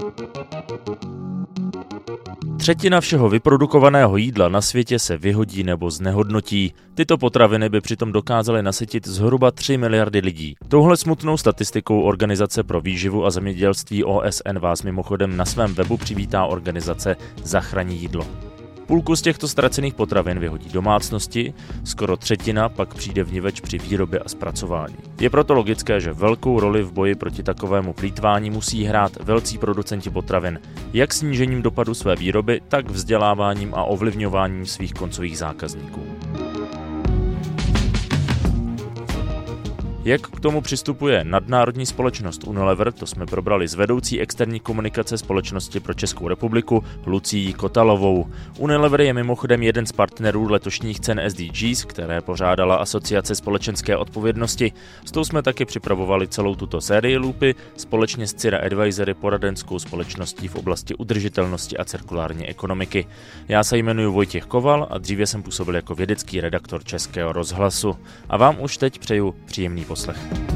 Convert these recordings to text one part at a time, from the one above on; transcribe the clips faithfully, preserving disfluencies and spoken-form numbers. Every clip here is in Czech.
Třetina všeho vyprodukovaného jídla na světě se vyhodí nebo znehodnotí. Tyto potraviny by přitom dokázaly nasytit zhruba tři miliardy lidí. Touhle smutnou statistikou Organizace pro výživu a zemědělství O S N vás mimochodem na svém webu přivítá organizace Zachraň jídlo. Půlku z těchto ztracených potravin vyhodí domácnosti, skoro třetina pak přijde vniveč při výrobě a zpracování. Je proto logické, že velkou roli v boji proti takovému plýtvání musí hrát velcí producenti potravin, jak snížením dopadu své výroby, tak vzděláváním a ovlivňováním svých koncových zákazníků. Jak k tomu přistupuje nadnárodní společnost Unilever, to jsme probrali s vedoucí externí komunikace společnosti pro Českou republiku Lucií Kotalovou. Unilever je mimochodem jeden z partnerů letošních cen S D Gs, které pořádala Asociace společenské odpovědnosti. S tou jsme taky připravovali celou tuto sérii lupy společně s Cira Advisory, poradenskou společností v oblasti udržitelnosti a cirkulární ekonomiky. Já se jmenuji Vojtěch Koval a dříve jsem působil jako vědecký redaktor Českého rozhlasu. A vám už teď přeju příjemný poslech.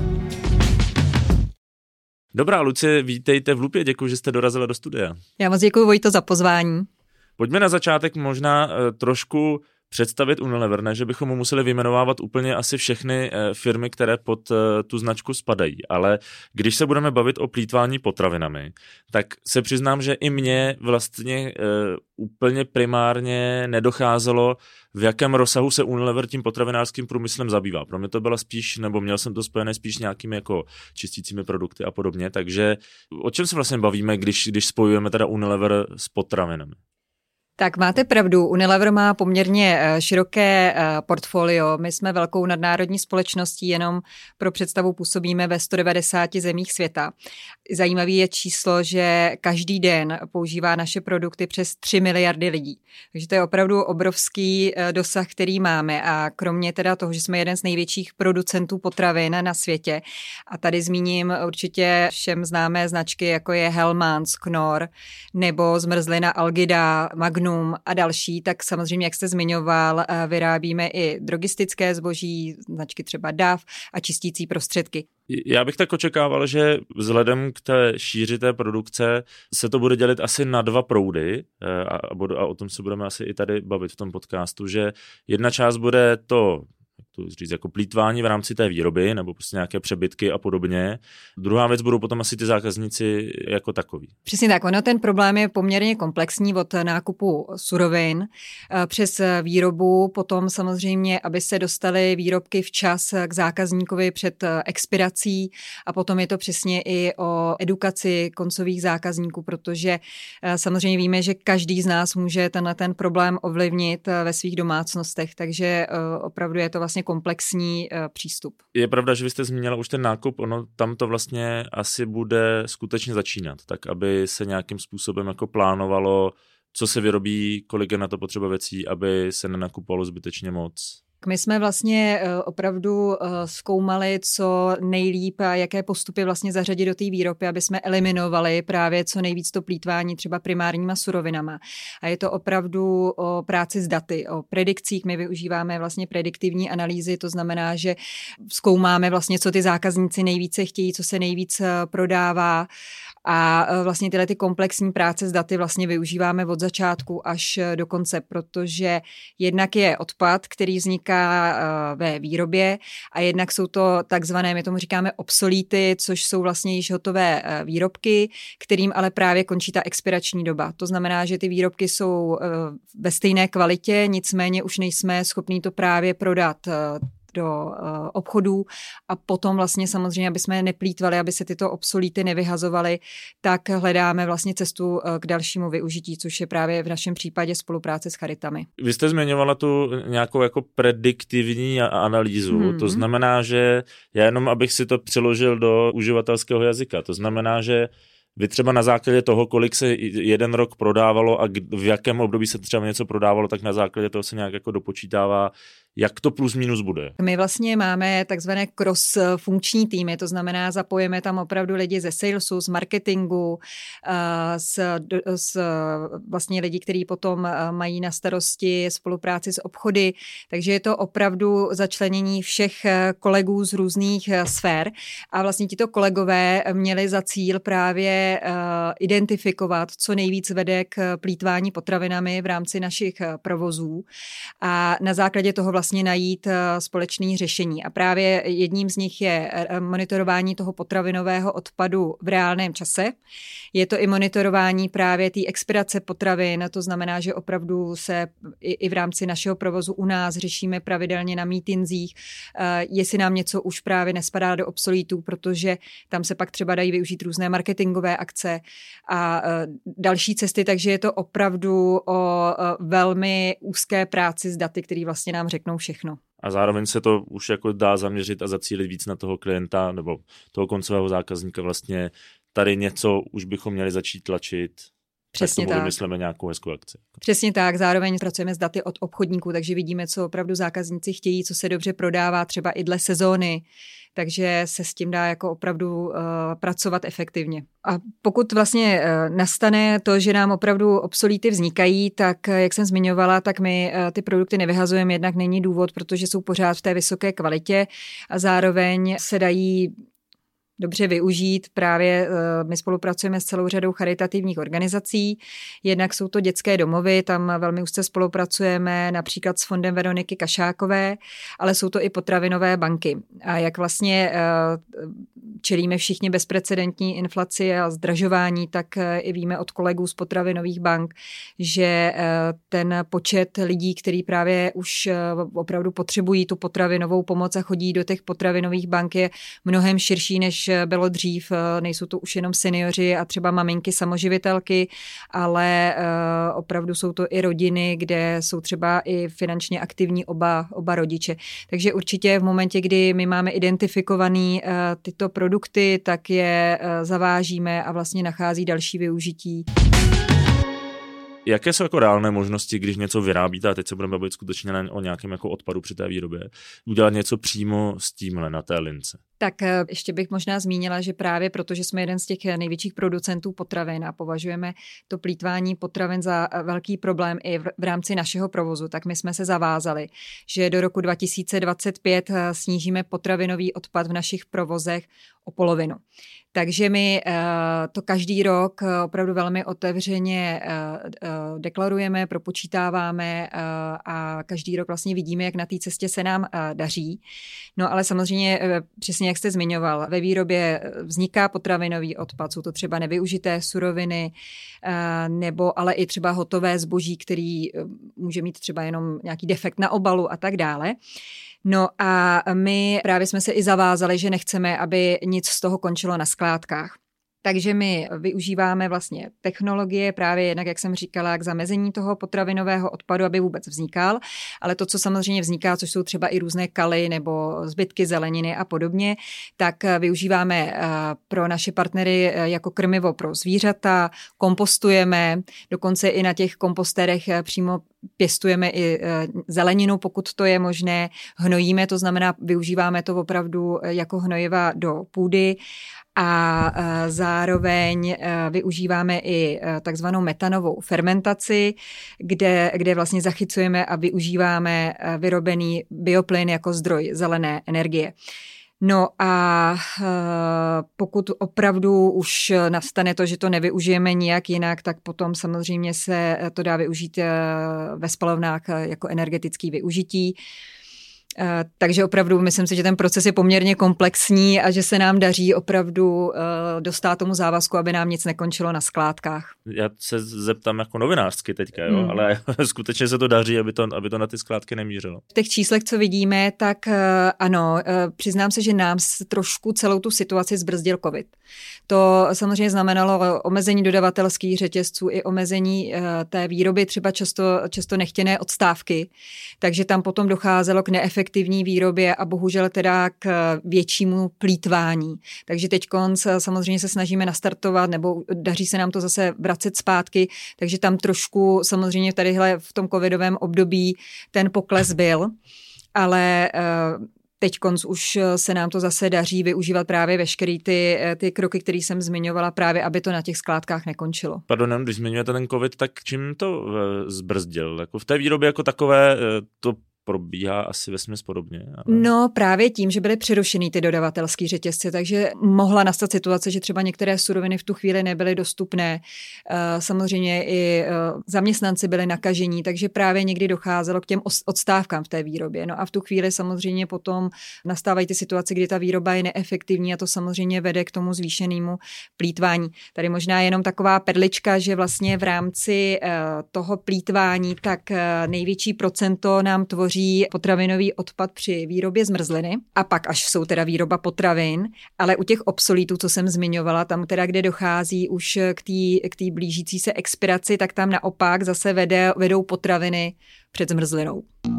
Dobrá, Lucie, vítejte v Lupě, děkuji, že jste dorazila do studia. Já moc děkuji, Vojto, za pozvání. Pojďme na začátek možná uh, trošku představit Unilever, ne, že bychom mu museli vyjmenovávat úplně asi všechny uh, firmy, které pod uh, tu značku spadají, ale když se budeme bavit o plýtvání potravinami, tak se přiznám, že i mně vlastně uh, úplně primárně nedocházelo, v jakém rozsahu se Unilever tím potravinářským průmyslem zabývá. Pro mě to byla spíš, nebo měl jsem to spojené spíš nějakými jako čistícími produkty a podobně, takže o čem se vlastně bavíme, když, když spojujeme teda Unilever s potravinami? Tak máte pravdu, Unilever má poměrně široké portfolio. My jsme velkou nadnárodní společností, jenom pro představu působíme ve sto devadesáti zemích světa. Zajímavý je číslo, že každý den používá naše produkty přes tři miliardy lidí. Takže to je opravdu obrovský dosah, který máme. A kromě teda toho, že jsme jeden z největších producentů potravin na světě, a tady zmíním určitě všem známé značky, jako je Hellmann's, Knorr, nebo zmrzlina Algida, Magnum a další, tak samozřejmě, jak jste zmiňoval, vyrábíme i drogistické zboží, značky třeba D A F a čistící prostředky. Já bych tak očekával, že vzhledem k té šíři té produkce se to bude dělit asi na dva proudy a, a o tom se budeme asi i tady bavit v tom podcastu, že jedna část bude to to říct, jako plýtvání v rámci té výroby nebo prostě nějaké přebytky a podobně. Druhá věc budou potom asi ty zákazníci jako takový. Přesně tak, ono ten problém je poměrně komplexní od nákupu surovin přes výrobu, potom samozřejmě, aby se dostaly výrobky včas k zákazníkovi před expirací a potom je to přesně i o edukaci koncových zákazníků, protože samozřejmě víme, že každý z nás může tenhle ten problém ovlivnit ve svých domácnostech, takže opravdu je to vlastně komplexní uh, přístup. Je pravda, že vy jste zmínila už ten nákup, ono tam to vlastně asi bude skutečně začínat, tak aby se nějakým způsobem jako plánovalo, co se vyrobí, kolik je na to potřeba věcí, aby se nenakupovalo zbytečně moc. My jsme vlastně opravdu zkoumali, co nejlíp a jaké postupy vlastně zařadit do té výroby, aby jsme eliminovali právě co nejvíc to plýtvání třeba primárníma surovinama. A je to opravdu o práci s daty, o predikcích. My využíváme vlastně prediktivní analýzy, to znamená, že zkoumáme vlastně, co ty zákazníci nejvíce chtějí, co se nejvíc prodává. A vlastně tyhle ty komplexní práce s daty vlastně využíváme od začátku až do konce, protože jednak je odpad, který vzniká ve výrobě a jednak jsou to takzvané, my tomu říkáme obsolíty, což jsou vlastně již hotové výrobky, kterým ale právě končí ta expirační doba. To znamená, že ty výrobky jsou ve stejné kvalitě, nicméně už nejsme schopní to právě prodat do uh, obchodů a potom vlastně samozřejmě, aby jsme neplýtvali, aby se tyto obsolíty nevyhazovaly, tak hledáme vlastně cestu uh, k dalšímu využití, což je právě v našem případě spolupráce s charitami. Vy jste zmiňovala tu nějakou jako prediktivní analýzu, hmm. To znamená, že já jenom, abych si to přeložil do uživatelského jazyka, to znamená, že vy třeba na základě toho, kolik se jeden rok prodávalo a v jakém období se třeba něco prodávalo, tak na základě toho se nějak jako dopočítává, Jak to plus minus bude? My vlastně máme takzvané cross-funkční týmy, to znamená, zapojíme tam opravdu lidi ze salesu, z marketingu, z, z vlastně lidi, kteří potom mají na starosti spolupráci s obchody, takže je to opravdu začlenění všech kolegů z různých sfér a vlastně tito kolegové měli za cíl právě identifikovat, co nejvíc vede k plýtvání potravinami v rámci našich provozů a na základě toho vlastně najít společné řešení. A právě jedním z nich je monitorování toho potravinového odpadu v reálném čase. Je to i monitorování právě té expirace potravin, to znamená, že opravdu se i, i v rámci našeho provozu u nás řešíme pravidelně na mítinzích, jestli nám něco už právě nespadá do obsolítů, protože tam se pak třeba dají využít různé marketingové akce a další cesty, takže je to opravdu o velmi úzké práci s daty, které vlastně nám řeknou všechno. A zároveň se to už jako dá zaměřit a zacílit víc na toho klienta nebo toho koncového zákazníka. Vlastně tady něco už bychom měli začít tlačit. Přesně tak. Myslíme nějakou hezkou akci. Přesně tak. Zároveň pracujeme s daty od obchodníků, takže vidíme, co opravdu zákazníci chtějí, co se dobře prodává, třeba i dle sezóny. Takže se s tím dá jako opravdu uh, pracovat efektivně. A pokud vlastně uh, nastane to, že nám opravdu obsolíty vznikají, tak uh, jak jsem zmiňovala, tak my uh, ty produkty nevyhazujeme, jednak není důvod, protože jsou pořád v té vysoké kvalitě a zároveň se dají dobře využít. Právě my spolupracujeme s celou řadou charitativních organizací. Jednak jsou to dětské domovy, tam velmi úzce spolupracujeme například s fondem Veroniky Kašákové, ale jsou to i potravinové banky. A jak vlastně čelíme všichni bezprecedentní inflaci a zdražování, tak i víme od kolegů z potravinových bank, že ten počet lidí, kteří právě už opravdu potřebují tu potravinovou pomoc a chodí do těch potravinových bank, je mnohem širší, než bylo dřív. Nejsou to už jenom seniori a třeba maminky samoživitelky, ale opravdu jsou to i rodiny, kde jsou třeba i finančně aktivní oba, oba rodiče. Takže určitě v momentě, kdy my máme identifikovaný tyto produkty, tak je zavážíme a vlastně nachází další využití. Jaké jsou jako reálné možnosti, když něco vyrábíte, a teď se budeme bavit skutečně o nějakém jako odpadu při té výrobě, udělat něco přímo s tímhle na té lince? Tak ještě bych možná zmínila, že právě protože jsme jeden z těch největších producentů potravin a považujeme to plýtvání potravin za velký problém i v rámci našeho provozu, tak my jsme se zavázali, že do roku dva tisíce dvacet pět snížíme potravinový odpad v našich provozech o polovinu. Takže my to každý rok opravdu velmi otevřeně deklarujeme, propočítáváme a každý rok vlastně vidíme, jak na té cestě se nám daří. No ale samozřejmě přesně jak jste zmiňoval, ve výrobě vzniká potravinový odpad, jsou to třeba nevyužité suroviny nebo ale i třeba hotové zboží, který může mít třeba jenom nějaký defekt na obalu a tak dále. No a my právě jsme se i zavázali, že nechceme, aby nic z toho končilo na skládkách. Takže my využíváme vlastně technologie právě jednak, jak jsem říkala, k zamezení toho potravinového odpadu, aby vůbec vznikal, ale to, co samozřejmě vzniká, což jsou třeba i různé kaly nebo zbytky zeleniny a podobně, tak využíváme pro naše partnery jako krmivo pro zvířata, kompostujeme, dokonce i na těch kompostérech přímo pěstujeme i zeleninu, pokud to je možné, hnojíme, to znamená, využíváme to opravdu jako hnojiva do půdy a zároveň využíváme i takzvanou metanovou fermentaci, kde, kde vlastně zachycujeme a využíváme vyrobený bioplyn jako zdroj zelené energie. No a pokud opravdu už nastane to, že to nevyužijeme nijak jinak, tak potom samozřejmě se to dá využít ve spalovnách jako energetické využití. Takže opravdu myslím si, že ten proces je poměrně komplexní a že se nám daří opravdu dostat tomu závazku, aby nám nic nekončilo na skládkách. Já se zeptám jako novinářsky teďka, jo? Hmm. Ale skutečně se to daří, aby to, aby to na ty skládky nemířilo. V těch číslech, co vidíme, tak ano, přiznám se, že nám trošku celou tu situaci zbrzdil covid. To samozřejmě znamenalo omezení dodavatelských řetězců i omezení té výroby, třeba často, často nechtěné odstávky, takže tam potom docházelo k neefektivní výrobě a bohužel teda k většímu plýtvání. Takže teď konc samozřejmě se snažíme nastartovat, nebo daří se nám to zase vracet zpátky, takže tam trošku samozřejmě tadyhle v tom covidovém období ten pokles byl. ale teď konc už se nám to zase daří využívat právě veškerý ty, ty kroky, které jsem zmiňovala, právě aby to na těch skládkách nekončilo. Pardon, když zmiňujete ten covid, tak čím to zbrzdil? Jako v té výrobě jako takové to probíhá asi vesměs podobně. Ale... No právě tím, že byly přerušený ty dodavatelský řetězce, takže mohla nastat situace, že třeba některé suroviny v tu chvíli nebyly dostupné. Samozřejmě i zaměstnanci byli nakažení, takže právě někdy docházelo k těm odstávkám v té výrobě. No a v tu chvíli samozřejmě potom nastávají ty situace, kdy ta výroba je neefektivní a to samozřejmě vede k tomu zvýšenému plýtvání. Tady možná jenom taková perlička, že vlastně v rámci toho plýtvání tak největší procento nám tvoří potravinový odpad při výrobě zmrzliny a pak až jsou teda výroba potravin, ale u těch obsolítů, co jsem zmiňovala, tam teda, kde dochází už k té k té blížící se expiraci, tak tam naopak zase vede, vedou potraviny před zmrzlinou.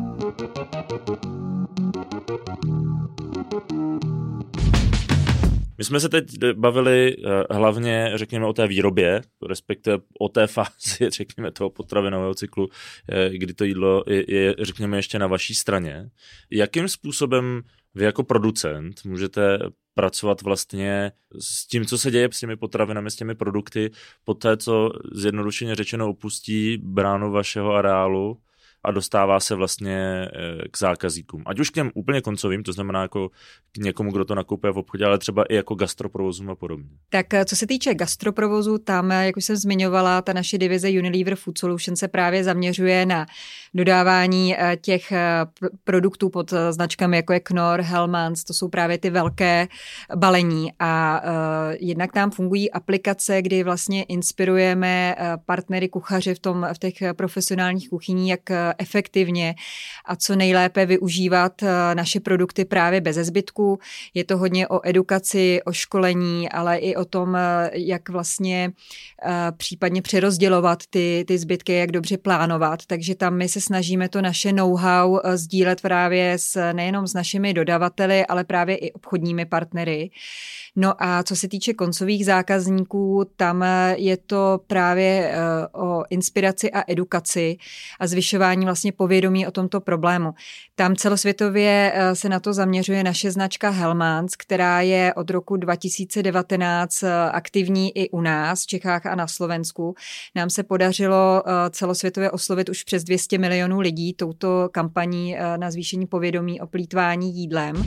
My jsme se teď bavili hlavně, řekněme, o té výrobě, respektive o té fázi, řekněme, toho potravinového cyklu, kdy to jídlo je, je, řekněme, ještě na vaší straně. Jakým způsobem vy jako producent můžete pracovat vlastně s tím, co se děje s těmi potravinami, s těmi produkty, po té, co zjednodušeně řečeno opustí bránu vašeho areálu a dostává se vlastně k zákazníkům. Ať už k těm úplně koncovým, to znamená jako k někomu, kdo to nakoupuje v obchodě, ale třeba i jako gastroprovozům a podobně. Tak co se týče gastroprovozu, tam, jak už jsem zmiňovala, ta naše divize Unilever Food Solutions se právě zaměřuje na dodávání těch produktů pod značkami jako je Knorr, Hellmann's, to jsou právě ty velké balení a jednak tam fungují aplikace, kdy vlastně inspirujeme partnery kuchaře v, tom, v těch profesionálních kuchyní, jak efektivně a co nejlépe využívat naše produkty právě beze zbytku. Je to hodně o edukaci, o školení, ale i o tom, jak vlastně případně přerozdělovat ty, ty zbytky, jak dobře plánovat. Takže tam my se snažíme to naše know-how sdílet právě s, nejenom s našimi dodavateli, ale právě i obchodními partnery. No a co se týče koncových zákazníků, tam je to právě o inspiraci a edukaci a zvyšování vlastně povědomí o tomto problému. Tam celosvětově se na to zaměřuje naše značka Hellmann's, která je od roku dva tisíce devatenáct aktivní i u nás, v Čechách a na Slovensku. Nám se podařilo celosvětově oslovit už přes dvě stě milionů lidí touto kampaní na zvýšení povědomí o plýtvání jídlem.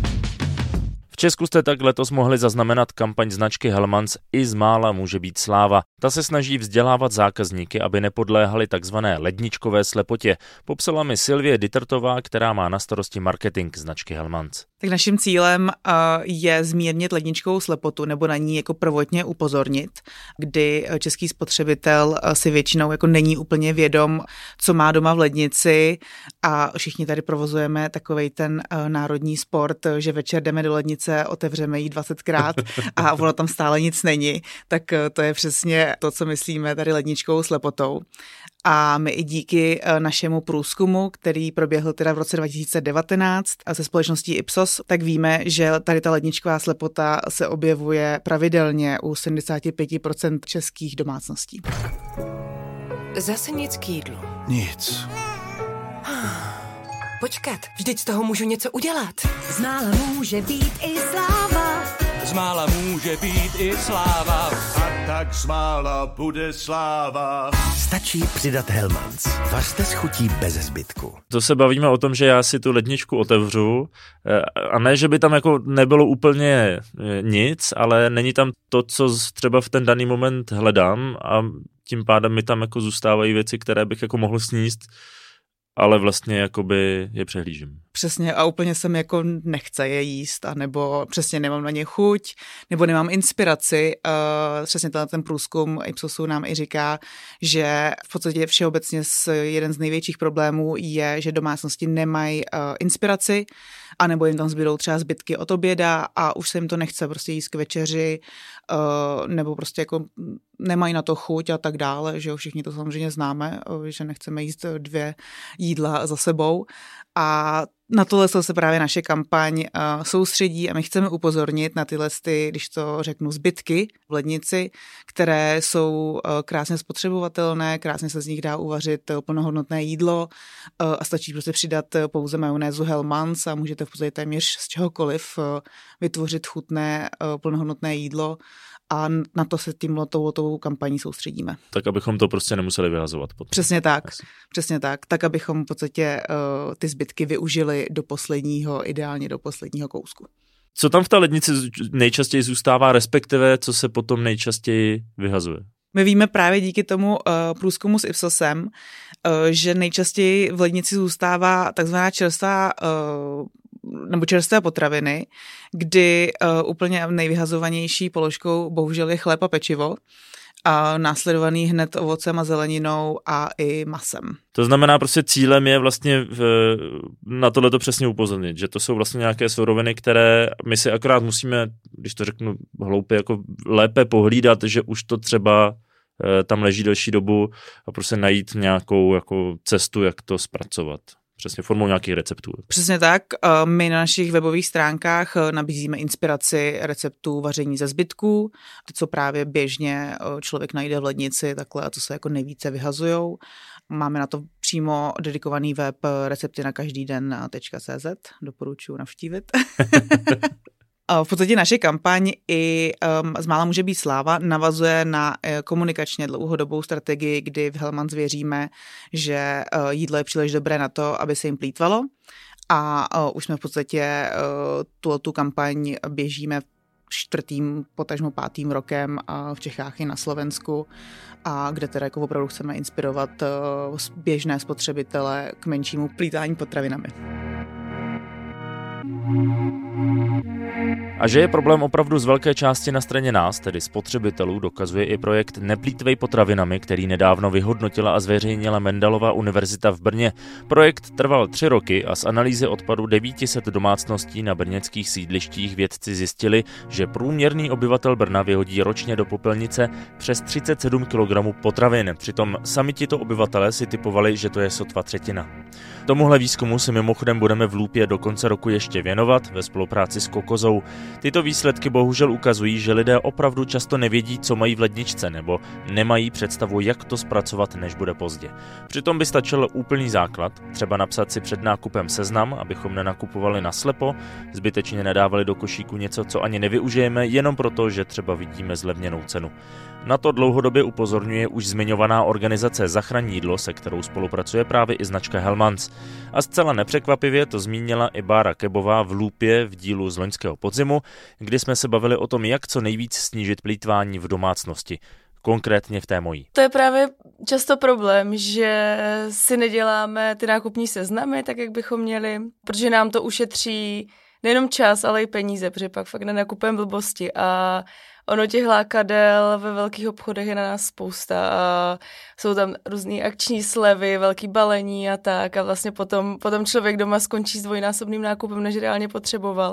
V Česku jste tak letos mohli zaznamenat kampaň značky Hellmann's I z mála může být sláva. Ta se snaží vzdělávat zákazníky, aby nepodléhali takzvané ledničkové slepotě. Popsala mi Sylvie Dittertová, která má na starosti marketing značky Hellmann's. Tak naším cílem je zmírnit ledničkovou slepotu nebo na ní jako prvotně upozornit, kdy český spotřebitel si většinou jako není úplně vědom, co má doma v lednici a všichni tady provozujeme takovej ten národní sport, že večer jdeme do lednice, otevřeme ji dvacetkrát a ono tam stále nic není. Tak to je přesně to, co myslíme tady ledničkovou slepotou. A my i díky našemu průzkumu, který proběhl teda v roce dva tisíce devatenáct se společností Ipsos, tak víme, že tady ta ledničková slepota se objevuje pravidelně u sedmdesát pět procent českých domácností. Zase nic k jídlu. Nic. Počkat, vždyť z toho můžu něco udělat. Z mála může být i sláva. Z mála může být i sláva. A tak z mála bude sláva. Stačí přidat Hellmann's. Vařte s chutí beze zbytku. To se bavíme o tom, že já si tu ledničku otevřu a ne, že by tam jako nebylo úplně nic, ale není tam to, co třeba v ten daný moment hledám a tím pádem mi tam jako zůstávají věci, které bych jako mohl sníst, ale vlastně jakoby je přehlížím. Přesně a úplně se mi jako nechce je jíst, anebo přesně nemám na ně chuť, nebo nemám inspiraci. Uh, přesně ten průzkum Ipsosu nám i říká, že v podstatě všeobecně jeden z největších problémů je, že domácnosti nemají uh, inspiraci, anebo jim tam zbydou třeba zbytky od oběda a už se jim to nechce prostě jíst k večeři, uh, nebo prostě jako nemají na to chuť a tak dále, že jo, všichni to samozřejmě známe, že nechceme jíst dvě jídla za sebou a Na tohle se právě naše kampaň uh, soustředí a my chceme upozornit na tyhle, ty, když to řeknu, zbytky v lednici, které jsou uh, krásně spotřebovatelné, krásně se z nich dá uvařit uh, plnohodnotné jídlo uh, a stačí prostě přidat uh, pouze majonézu Hellmann's a můžete v podstatě téměř z čehokoliv uh, vytvořit chutné uh, plnohodnotné jídlo. A na to se tímhle touto kampaní soustředíme. Tak, abychom to prostě nemuseli vyhazovat potom. Přesně tak, Asi. přesně tak. Tak, abychom v podstatě uh, ty zbytky využili do posledního, ideálně do posledního kousku. Co tam v té lednici nejčastěji zůstává, respektive co se potom nejčastěji vyhazuje? My víme právě díky tomu uh, průzkumu s Ipsosem, uh, že nejčastěji v lednici zůstává takzvaná čerstvá uh, nebo čerstvé potraviny, kdy uh, úplně nejvyhazovanější položkou bohužel je chléb a pečivo, a následovaný hned ovocem a zeleninou a i masem. To znamená, prostě cílem je vlastně v, na tohleto přesně upozornit, že to jsou vlastně nějaké suroviny, které my si akorát musíme, když to řeknu hloupě, jako lépe pohlídat, že už to třeba e, tam leží delší dobu a prostě najít nějakou jako cestu, jak to zpracovat. Přesně formou nějakých receptů. Přesně tak. My na našich webových stránkách nabízíme inspiraci receptů vaření ze zbytků, co právě běžně člověk najde v lednici, takhle a co se jako nejvíce vyhazujou. Máme na to přímo dedikovaný web recepty na každý den tečka cé zet. Doporučuji navštívit. V podstatě naše kampaň i um, z mála může být sláva navazuje na uh, komunikačně dlouhodobou strategii, kdy v Hellmann's věříme, že uh, jídlo je příliš dobré na to, aby se jim plýtvalo. A uh, už jsme v podstatě uh, tu kampaň běžíme čtvrtým, potažmo pátým rokem uh, v Čechách i na Slovensku, a kde teda jako opravdu chceme inspirovat uh, běžné spotřebitele k menšímu plýtvání potravinami. A že je problém opravdu z velké části na straně nás, tedy spotřebitelů, dokazuje i projekt Neplýtvej potravinami, který nedávno vyhodnotila a zveřejnila Mendelova univerzita v Brně. Projekt trval tři roky a z analýzy odpadu devět set domácností na brněnských sídlištích vědci zjistili, že průměrný obyvatel Brna vyhodí ročně do popelnice přes třicet sedm kilogramů potravin. Přitom sami tito obyvatelé si typovali, že to je sotva třetina. Tomuhle výzkumu si mimochodem budeme v Lupě do konce roku ještě věnovat ve spolupráci s Kokozou. Tyto výsledky bohužel ukazují, že lidé opravdu často nevědí, co mají v ledničce, nebo nemají představu, jak to zpracovat, než bude pozdě. Přitom by stačil úplný základ, třeba napsat si před nákupem seznam, abychom nenakupovali naslepo, zbytečně nedávali do košíku něco, co ani nevyužijeme, jenom proto, že třeba vidíme zlevněnou cenu. Na to dlouhodobě upozorňuje už zmiňovaná organizace Zachraň jídlo, se kterou spolupracuje právě i značka Hellmann's. A zcela nepřekvapivě to zmínila i Bára Kebová v Lupě v dílu z loňského podzimu, kdy jsme se bavili o tom, jak co nejvíc snížit plýtvání v domácnosti. Konkrétně v té mojí. To je právě často problém, že si neděláme ty nákupní seznamy tak, jak bychom měli, protože nám to ušetří nejenom čas, ale i peníze, protože pak fakt nenakupujeme blbosti a ono těch lákadel ve velkých obchodech je na nás spousta a jsou tam různý akční slevy, velký balení a tak a vlastně potom, potom člověk doma skončí s dvojnásobným nákupem, než reálně potřeboval.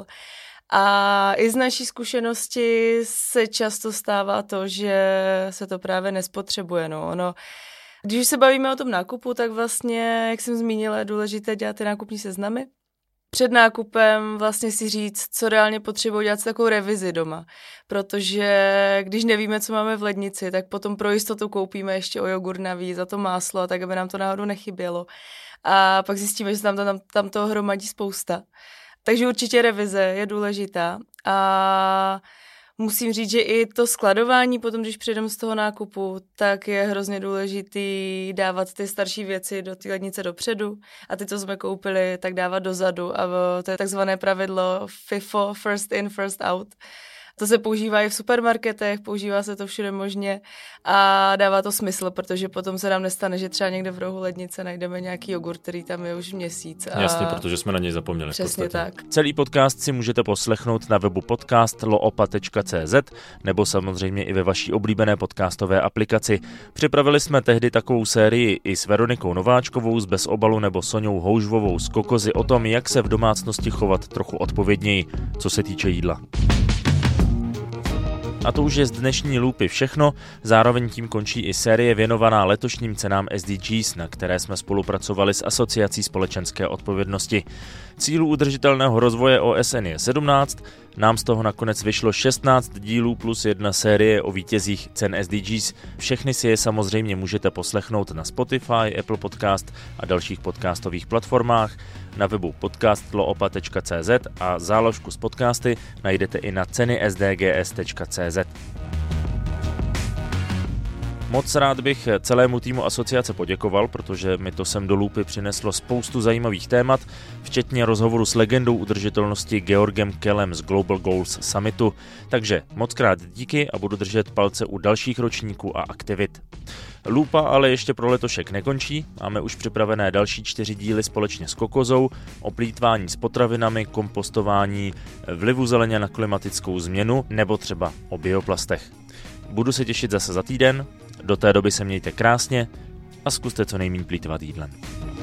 A i z naší zkušenosti se často stává to, že se to právě nespotřebuje. No. Ono, když už se bavíme o tom nákupu, tak vlastně, jak jsem zmínila, je důležité dělat ty nákupní seznamy. Před nákupem vlastně si říct, co reálně potřebuji, dělat si takovou revizi doma. Protože když nevíme, co máme v lednici, tak potom pro jistotu koupíme ještě o jogurt navíc, za to máslo, tak aby nám to náhodou nechybělo. A pak zjistíme, že tam, tam, tam toho hromadí spousta. Takže určitě revize je důležitá a musím říct, že i to skladování potom, když přijdeme z toho nákupu, tak je hrozně důležitý dávat ty starší věci do té lednice dopředu a ty, co jsme koupili, tak dávat dozadu a to je takzvané pravidlo FIFO, first in, first out. To se používá i v supermarketech, používá se to všude možně a dává to smysl, protože potom se nám nestane, že třeba někde v rohu lednice najdeme nějaký jogurt, který tam je už měsíc. A... Jasně, protože jsme na něj zapomněli. Přesně tak. Celý podcast si můžete poslechnout na webu podcast loopa tečka cé zet nebo samozřejmě i ve vaší oblíbené podcastové aplikaci. Připravili jsme tehdy takovou sérii i s Veronikou Nováčkovou z Bez obalu nebo Soňou Houžvovou z Kokozy o tom, jak se v domácnosti chovat trochu odpovědněji, co se týče jídla. A to už je z dnešní Lupy všechno, zároveň tím končí i série věnovaná letošním cenám S D Gs, na které jsme spolupracovali s Asociací společenské odpovědnosti. Cílů udržitelného rozvoje O S N je sedmnáct, nám z toho nakonec vyšlo šestnáct dílů plus jedna série o vítězích cen S D Gs. Všechny si je samozřejmě můžete poslechnout na Spotify, Apple Podcast a dalších podcastových platformách, na webu podcast loopa tečka cé zet a záložku s podcasty najdete i na ceny s d g s tečka cé zet. Moc rád bych celému týmu asociace poděkoval, protože mi to sem do Lupy přineslo spoustu zajímavých témat, včetně rozhovoru s legendou udržitelnosti Georgem Kellem z Global Goals Summitu. Takže moc krát díky a budu držet palce u dalších ročníků a aktivit. Lupa ale ještě pro letošek nekončí, máme už připravené další čtyři díly společně s Kokozou o plýtvání s potravinami, kompostování, vlivu zeleně na klimatickou změnu nebo třeba o bioplastech. Budu se těšit zase za týden, do té doby se mějte krásně a zkuste co nejméně plýtvat jídlem.